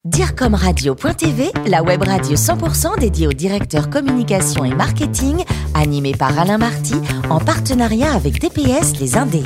DIRCOMradio.tv, la web radio 100% dédiée aux directeurs communication et marketing, animée par Alain Marty, en partenariat avec TPS Les Indés.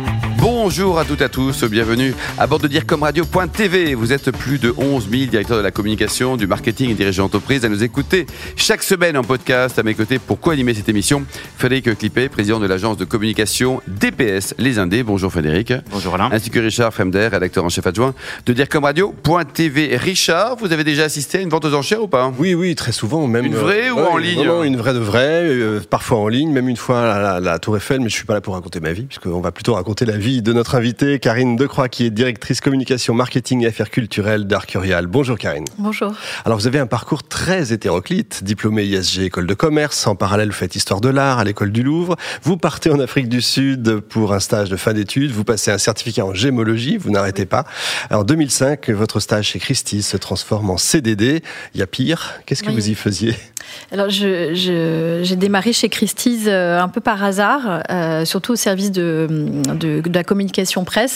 Bonjour à toutes et à tous, bienvenue à bord de DIRCOMradio.tv. Vous êtes plus de 11 000 directeurs de la communication, du marketing et dirigeants d'entreprise à nous écouter chaque semaine en podcast. À mes côtés pour co-animer cette émission, Frédéric Clippet, président de l'agence de communication DPS Les Indés. Bonjour Frédéric. Bonjour Alain. Ainsi que Richard Fremder, rédacteur en chef adjoint de DIRCOMradio.tv. Richard, vous avez déjà assisté à une vente aux enchères ou pas ? Oui, très souvent. Même une vraie ou en ligne ? Non, une vraie de vraie, parfois en ligne, même une fois à la Tour Eiffel, mais je ne suis pas là pour raconter ma vie, puisqu'on va plutôt raconter la vie de notre invitée, Karine Decroix, qui est directrice communication, marketing et affaires culturelles d'Arcurial. Bonjour Karine. Bonjour. Alors vous avez un parcours très hétéroclite, diplômé ISG, école de commerce, en parallèle vous faites histoire de l'art à l'école du Louvre, vous partez en Afrique du Sud pour un stage de fin d'études, vous passez un certificat en gémologie, vous n'arrêtez pas. En 2005, votre stage chez Christie's se transforme en CDD. Il y a pire, qu'est-ce que vous y faisiez ? Alors, j'ai démarré chez Christie's un peu par hasard, surtout au service de la communication presse.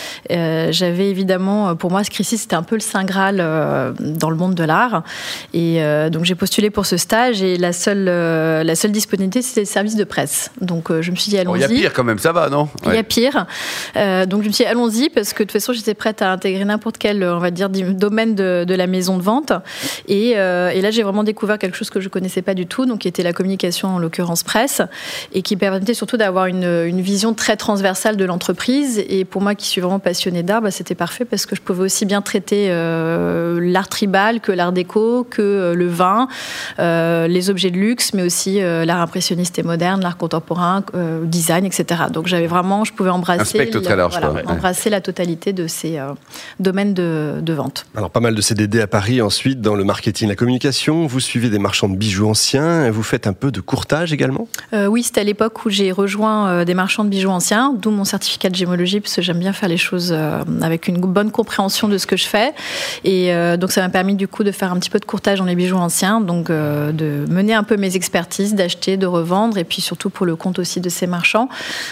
J'avais évidemment, pour moi, Christie's, c'était un peu le Saint Graal dans le monde de l'art. Et donc, j'ai postulé pour ce stage et la seule disponibilité, c'était le service de presse. Donc, je me suis dit, allons-y. Il y a pire quand même, ça va, non ? Il y a pire. Donc, je me suis dit, allons-y, parce que de toute façon, j'étais prête à intégrer n'importe quel, on va dire, domaine de la maison de vente. Et là, j'ai vraiment découvert quelque chose que je connaissais pas du tout, donc qui était la communication, en l'occurrence presse, et qui permettait surtout d'avoir une vision très transversale de l'entreprise. Et pour moi, qui suis vraiment passionnée d'art, c'était parfait parce que je pouvais aussi bien traiter l'art tribal que l'art déco, que le vin, les objets de luxe, mais aussi l'art impressionniste et moderne, l'art contemporain, design, etc. Donc je pouvais embrasser, un spectre très large, embrasser la totalité de ces domaines de vente. Alors pas mal de CDD à Paris, ensuite dans le marketing, la communication, vous suivez des marchands de bijoux anciens, vous faites un peu de courtage également ? Oui, c'était à l'époque où j'ai rejoint des marchands de bijoux anciens, d'où mon certificat de gémologie, parce que j'aime bien faire les choses avec une bonne compréhension de ce que je fais. Et donc ça m'a permis du coup de faire un petit peu de courtage dans les bijoux anciens, donc de mener un peu mes expertises, d'acheter, de revendre, et puis surtout pour le compte aussi de ces marchands.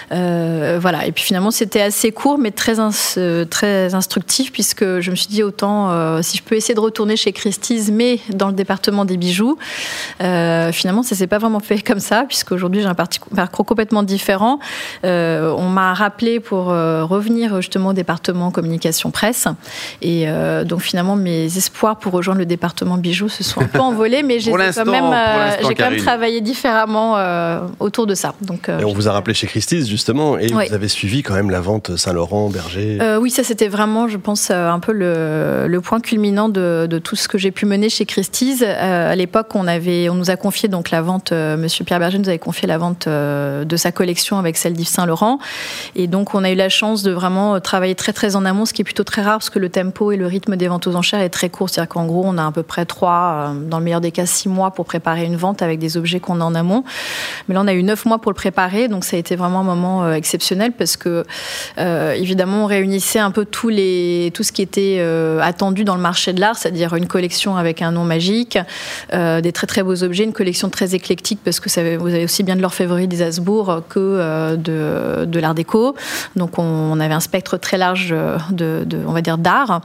Voilà. Et puis finalement, c'était assez court, mais très instructif, puisque je me suis dit autant, si je peux essayer de retourner chez Christie's, mais dans le département des bijoux. Finalement, ça s'est pas vraiment fait comme ça, puisqu'aujourd'hui j'ai un parcours complètement différent. On m'a rappelé pour revenir justement au département communication presse, et donc finalement mes espoirs pour rejoindre le département bijoux se sont un peu envolés, mais j'ai quand même travaillé différemment autour de ça. Donc, et on vous a rappelé chez Christie's justement, et vous avez suivi quand même la vente Saint-Laurent, Berger. Oui, ça c'était vraiment, je pense, un peu le point culminant de tout ce que j'ai pu mener chez Christie's. À l'époque, on nous a confié donc la vente, Monsieur Pierre Berger nous avait confié la vente de sa collection avec celle d'Yves Saint-Laurent, et donc on a eu la chance de vraiment travailler très très en amont, ce qui est plutôt très rare parce que le tempo et le rythme des ventes aux enchères est très court, c'est-à-dire qu'en gros on a à peu près 3, dans le meilleur des cas 6 mois pour préparer une vente avec des objets qu'on a en amont, mais là on a eu 9 mois pour le préparer, donc ça a été vraiment un moment exceptionnel parce que évidemment on réunissait un peu tout ce qui était attendu dans le marché de l'art, c'est-à-dire une collection avec un nom magique, des très très beaux objets, une collection très éclectique parce que vous avez aussi bien de l'orfèvrerie des Habsbourg que de l'art déco. Donc on avait un spectre très large on va dire d'art.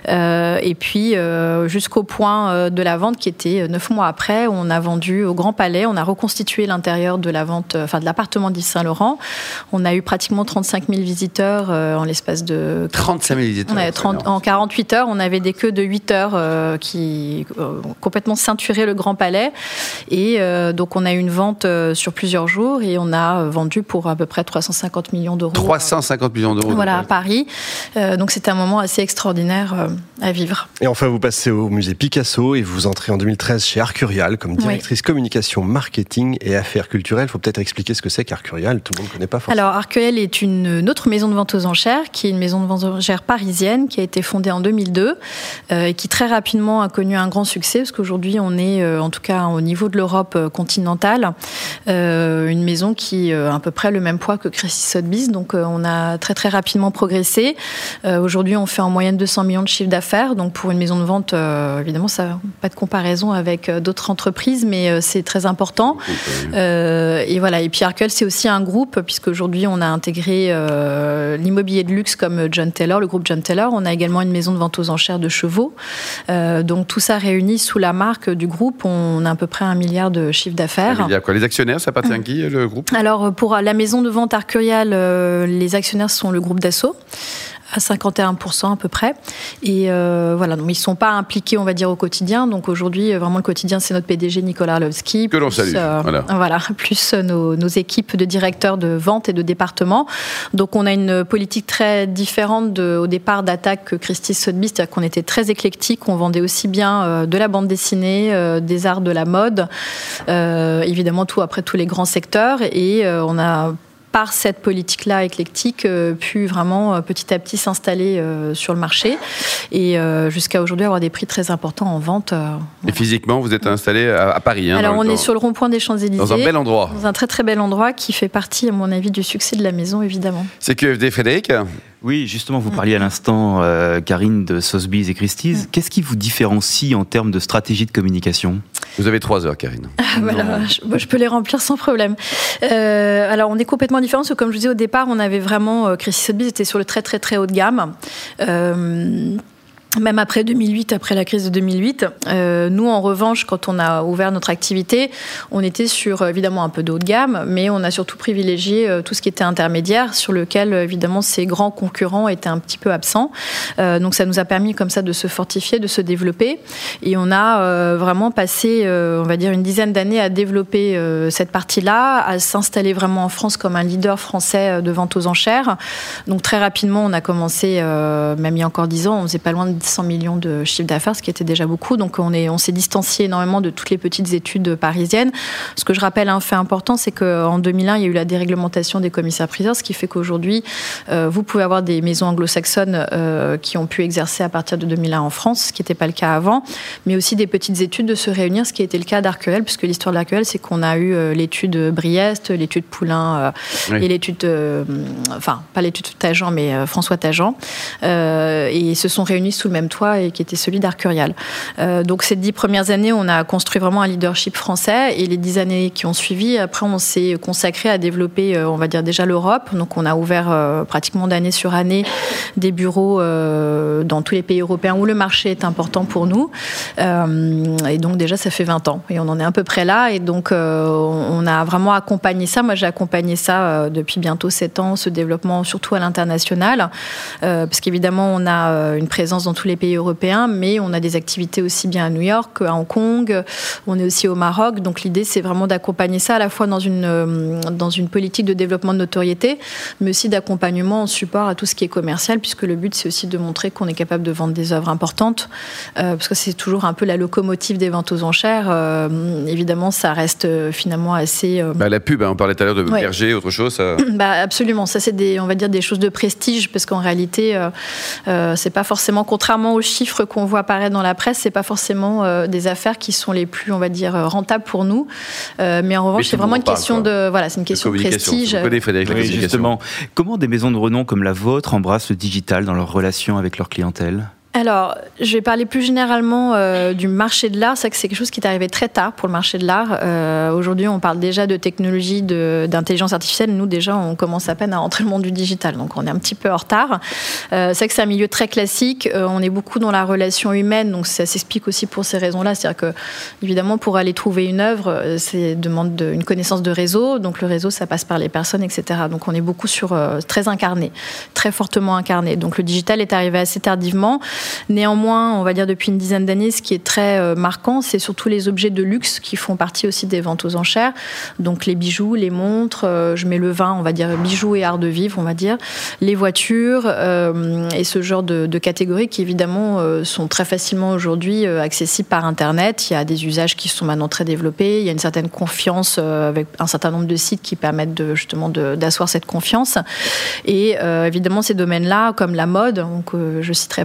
Et puis jusqu'au point de la vente qui était 9 mois après, on a vendu au Grand Palais, on a reconstitué l'intérieur de la vente, de l'appartement d'Yves Saint-Laurent. On a eu pratiquement 35 000 visiteurs en l'espace de 35 000 visiteurs. En 48 heures, on avait des queues de 8 heures qui complètement ceinturaient le Grand Palais. Et donc on a eu une vente sur plusieurs jours et on a vendu pour à peu près 350 millions d'euros. 350 millions d'euros. Voilà, à Paris. Donc c'était un moment assez extraordinaire à vivre. Et enfin, vous passez au musée Picasso et vous entrez en 2013 chez Arcurial comme directrice communication, marketing et affaires culturelles. Il faut peut-être expliquer ce que c'est qu'Arcurial, tout le monde ne connaît pas forcément. Alors Arcurial est une autre maison de vente aux enchères, qui est une maison de vente aux enchères parisienne, qui a été fondée en 2002 et qui très rapidement a connu un grand succès, parce qu'aujourd'hui on est, en tout cas au niveau de l'Europe continentale, une maison qui a à peu près le même poids que Christie's Sotheby's, donc on a très très rapidement progressé. Aujourd'hui, on fait en moyenne 200 millions de chiffre d'affaires. Donc pour une maison de vente, évidemment, ça n'a pas de comparaison avec d'autres entreprises, mais c'est très important. Et voilà. Et puis Arcueil, c'est aussi un groupe, puisque aujourd'hui, on a intégré l'immobilier de luxe comme John Taylor, le groupe John Taylor. On a également une maison de vente aux enchères de chevaux. Donc tout ça réuni sous la marque du groupe, on a à peu près 1 milliard de chiffre d'affaires. Les actionnaires, ça appartient à qui, le groupe ? Alors, pour la maison de vente Arcurial, les actionnaires sont le groupe Dassault, à 51% à peu près. Et voilà, donc ils ne sont pas impliqués, on va dire, au quotidien. Donc aujourd'hui, vraiment, le quotidien, c'est notre PDG Nicolas Arlovski. Que l'on salue. Voilà, plus nos équipes de directeurs de vente et de département. Donc on a une politique très différente au départ d'attaque que Christie's Sotheby's, c'est-à-dire qu'on était très éclectique. On vendait aussi bien de la bande dessinée, des arts de la mode, évidemment tous les grands secteurs. Et on a, par cette politique-là éclectique, pu vraiment petit à petit s'installer sur le marché et jusqu'à aujourd'hui avoir des prix très importants en vente. Et physiquement, vous êtes installé à Paris. Alors on est sur le rond-point des Champs-Élysées. Dans un bel endroit. Dans un très très bel endroit qui fait partie, à mon avis, du succès de la maison, évidemment. C'est QFD, Frédéric ? Oui, justement, vous parliez à l'instant, Karine, de Sotheby's et Christie's. Qu'est-ce qui vous différencie en termes de stratégie de communication ? Vous avez 3 heures, Karine. Voilà, je peux les remplir sans problème. Alors, on est complètement différents, parce que comme je vous disais au départ, on avait vraiment... Christie's Sotheby's était sur le très très très haut de gamme. Même après 2008, après la crise de 2008, nous, en revanche, quand on a ouvert notre activité, on était sur, évidemment, un peu de haut de gamme, mais on a surtout privilégié tout ce qui était intermédiaire, sur lequel, évidemment, ces grands concurrents étaient un petit peu absents. Donc, ça nous a permis, comme ça, de se fortifier, de se développer. Et on a vraiment passé, on va dire, une dizaine d'années à développer cette partie-là, à s'installer vraiment en France comme un leader français de vente aux enchères. Donc, très rapidement, on a commencé, même il y a encore 10 ans, on faisait pas loin de 100 millions de chiffre d'affaires, ce qui était déjà beaucoup. Donc on s'est distancié énormément de toutes les petites études parisiennes. Ce que je rappelle, un fait important, c'est qu'en 2001, il y a eu la déréglementation des commissaires-priseurs, ce qui fait qu'aujourd'hui, vous pouvez avoir des maisons anglo-saxonnes qui ont pu exercer à partir de 2001 en France, ce qui n'était pas le cas avant, mais aussi des petites études de se réunir, ce qui a été le cas d'Arcueil, puisque l'histoire d'Arcueil, c'est qu'on a eu l'étude Briest, l'étude Poulain et l'étude, pas l'étude Tajan, mais François Tajan, et se sont réunis sous le même toit et qui était celui d'Arcurial. Donc ces 10 premières années, on a construit vraiment un leadership français, et les 10 années qui ont suivi, après on s'est consacré à développer, on va dire déjà l'Europe. Donc on a ouvert pratiquement d'année sur année des bureaux dans tous les pays européens où le marché est important pour nous. Et donc déjà ça fait 20 ans et on en est à peu près là, et donc on a vraiment accompagné ça. Moi j'ai accompagné ça depuis bientôt 7 ans, ce développement surtout à l'international, parce qu'évidemment on a une présence dans tous les pays européens, mais on a des activités aussi bien à New York qu'à Hong Kong, on est aussi au Maroc. Donc l'idée c'est vraiment d'accompagner ça à la fois dans une politique de développement de notoriété, mais aussi d'accompagnement en support à tout ce qui est commercial, puisque le but c'est aussi de montrer qu'on est capable de vendre des œuvres importantes, parce que c'est toujours un peu la locomotive des ventes aux enchères. Évidemment ça reste finalement assez... La pub, on parlait tout à l'heure de Berger, autre chose ça... Absolument, ça c'est on va dire des choses de prestige, parce qu'en réalité c'est pas forcément, contrairement aux chiffres qu'on voit apparaître dans la presse, c'est pas forcément des affaires qui sont les plus, on va dire, rentables pour nous, mais en revanche c'est vraiment une question de prestige. Vous connaissez, Frédéric, la communication. Justement, comment des maisons de renom comme la vôtre embrassent le digital dans leur relation avec leur clientèle ? Alors, je vais parler plus généralement du marché de l'art. C'est que c'est quelque chose qui est arrivé très tard pour le marché de l'art. Aujourd'hui, on parle déjà de technologie, d'intelligence artificielle. Nous, déjà, on commence à peine à rentrer le monde du digital. Donc, on est un petit peu en retard. C'est que c'est un milieu très classique. On est beaucoup dans la relation humaine. Donc, ça s'explique aussi pour ces raisons-là. C'est-à-dire que, évidemment, pour aller trouver une œuvre, ça demande une connaissance de réseau. Donc, le réseau, ça passe par les personnes, etc. Donc, on est beaucoup sur très incarné, très fortement incarné. Donc, le digital est arrivé assez tardivement. Néanmoins, on va dire depuis une dizaine d'années, ce qui est très marquant, c'est surtout les objets de luxe qui font partie aussi des ventes aux enchères. Donc les bijoux, les montres, je mets le vin, on va dire bijoux et art de vivre, on va dire, les voitures et ce genre de catégories qui évidemment sont très facilement aujourd'hui accessibles par Internet. Il y a des usages qui sont maintenant très développés, il y a une certaine confiance avec un certain nombre de sites qui permettent justement d'asseoir cette confiance. Et évidemment, ces domaines-là, comme la mode, donc je ne citerai pas tous ces grands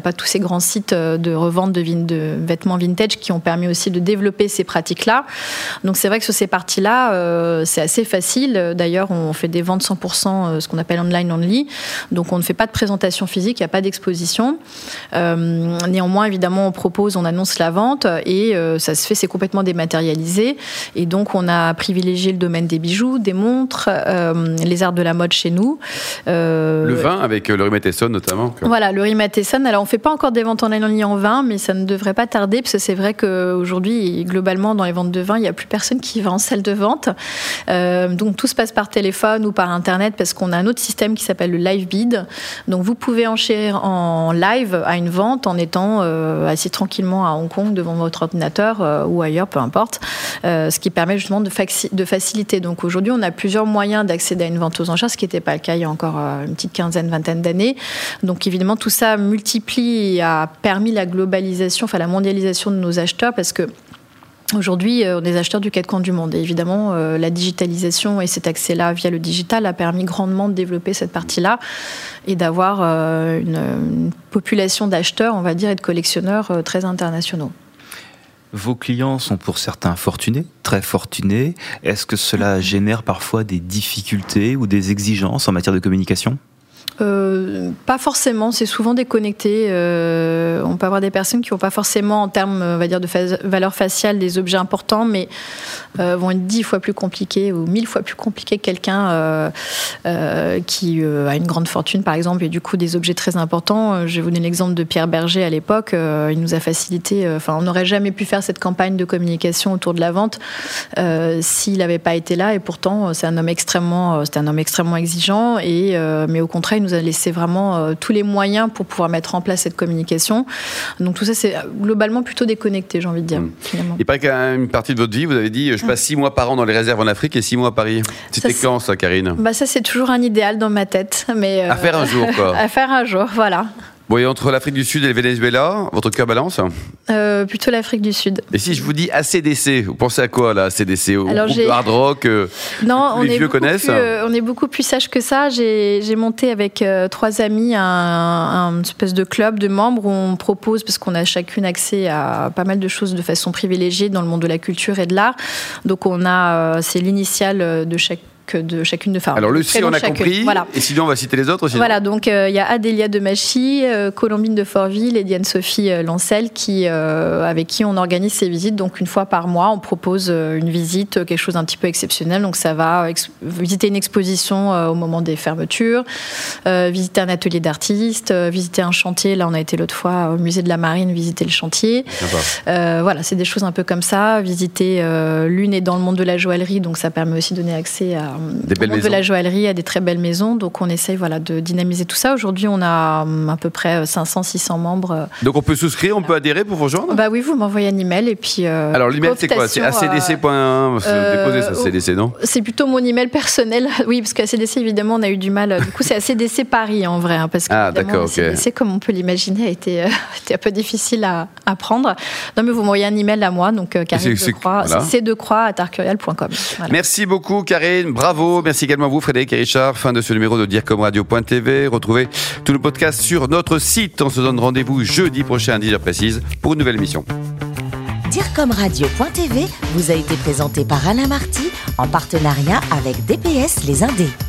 grands sites de revente de vêtements vintage qui ont permis aussi de développer ces pratiques-là. Donc c'est vrai que sur ces parties-là, c'est assez facile. D'ailleurs, on fait des ventes 100%, ce qu'on appelle online only. Donc on ne fait pas de présentation physique, il n'y a pas d'exposition. Néanmoins, évidemment, on annonce la vente et ça se fait, c'est complètement dématérialisé. Et donc on a privilégié le domaine des bijoux, des montres, les arts de la mode chez nous. Le vin avec le Rimet Essonne notamment. Voilà, le Rimet Essonne. Alors on ne fait pas encore des ventes en ligne en vin, mais ça ne devrait pas tarder parce que c'est vrai qu'aujourd'hui, globalement, dans les ventes de vin, il n'y a plus personne qui va en salle de vente. Donc tout se passe par téléphone ou par Internet parce qu'on a un autre système qui s'appelle le live bid. Donc vous pouvez enchérir en live à une vente en étant assis tranquillement à Hong Kong devant votre ordinateur ou ailleurs, peu importe. Ce qui permet justement de faciliter. Donc aujourd'hui, on a plusieurs moyens d'accéder à une vente aux enchères, ce qui n'était pas le cas il y a encore une petite quinzaine, vingtaine d'années. Donc évidemment, tout ça multiplie et a permis la globalisation, enfin la mondialisation de nos acheteurs parce que aujourd'hui, on est des acheteurs du 4 coins du monde. Et évidemment, la digitalisation et cet accès-là via le digital a permis grandement de développer cette partie-là et d'avoir une population d'acheteurs, on va dire, et de collectionneurs très internationaux. Vos clients sont pour certains fortunés, très fortunés. Est-ce que cela génère parfois des difficultés ou des exigences en matière de communication ? Pas forcément, c'est souvent déconnecté. On peut avoir des personnes qui n'ont pas forcément, en termes, on va dire, de valeur faciale, des objets importants, mais vont être 10 fois plus compliqués ou 1000 fois plus compliqués que quelqu'un qui a une grande fortune, par exemple, et du coup des objets très importants. Je vais vous donner l'exemple de Pierre Berger à l'époque. Il nous a facilité. On n'aurait jamais pu faire cette campagne de communication autour de la vente s'il n'avait pas été là. Et pourtant, c'était un homme extrêmement exigeant. Mais au contraire, il nous a laissé vraiment tous les moyens pour pouvoir mettre en place cette communication. Donc tout ça, c'est globalement plutôt déconnecté, j'ai envie de dire. Finalement. Il paraît qu'à une partie de votre vie, vous avez dit je passe 6 mois par an dans les réserves en Afrique et 6 mois à Paris. C'était quand ça, Karine ? Ça, c'est toujours un idéal dans ma tête. Mais, à faire un jour, quoi. À faire un jour, voilà. Bon, et entre l'Afrique du Sud et le Venezuela, votre cœur balance ? Plutôt l'Afrique du Sud. Et si je vous dis ACDC, vous pensez à quoi là, ACDC ? Au Alors, groupe de hard rock non, les vieux connaissent ? On est beaucoup plus sage que ça. J'ai monté avec 3 amis un espèce de club de membres où on propose, parce qu'on a chacune accès à pas mal de choses de façon privilégiée dans le monde de la culture et de l'art. Donc c'est l'initiale de chacune de femmes. Alors le C, on a compris, voilà. Et sinon on va citer les autres. Sinon. Voilà, donc il y a Adélia de Machy, Colombine de Fortville et Diane-Sophie Lancel avec qui on organise ces visites. Donc une fois par mois, on propose une visite, quelque chose d'un petit peu exceptionnel. Donc ça va visiter une exposition au moment des fermetures, visiter un atelier d'artistes, visiter un chantier. Là, on a été l'autre fois au musée de la Marine, visiter le chantier. Voilà, c'est des choses un peu comme ça. Visiter l'une est dans le monde de la joaillerie, donc ça permet aussi de donner accès de la joaillerie, à des très belles maisons. Donc on essaye de dynamiser tout ça. Aujourd'hui, on a à peu près 500-600 membres. Donc on peut souscrire, on peut adhérer pour vous rejoindre ? Oui, vous m'envoyez un email et puis. Alors l'email c'est quoi ? C'est acdc.1. Déposé ça, CDC, non ? C'est plutôt mon email personnel. Oui, parce qu'ACDC évidemment on a eu du mal. Du coup c'est ACDC Paris en vrai, parce que ACDC, comme on peut l'imaginer, a été un peu difficile à prendre. Non mais vous m'envoyez un email à moi, donc Karine Decroix, c2croix@arcurial.com. Voilà. Merci beaucoup Karine. Bravo, merci également à vous Frédéric et Richard. Fin de ce numéro de DireComRadio.tv. Retrouvez tous nos podcasts sur notre site. On se donne rendez-vous jeudi prochain à 10h précise pour une nouvelle émission. DireComRadio.tv vous a été présenté par Alain Marty en partenariat avec DPS Les Indés.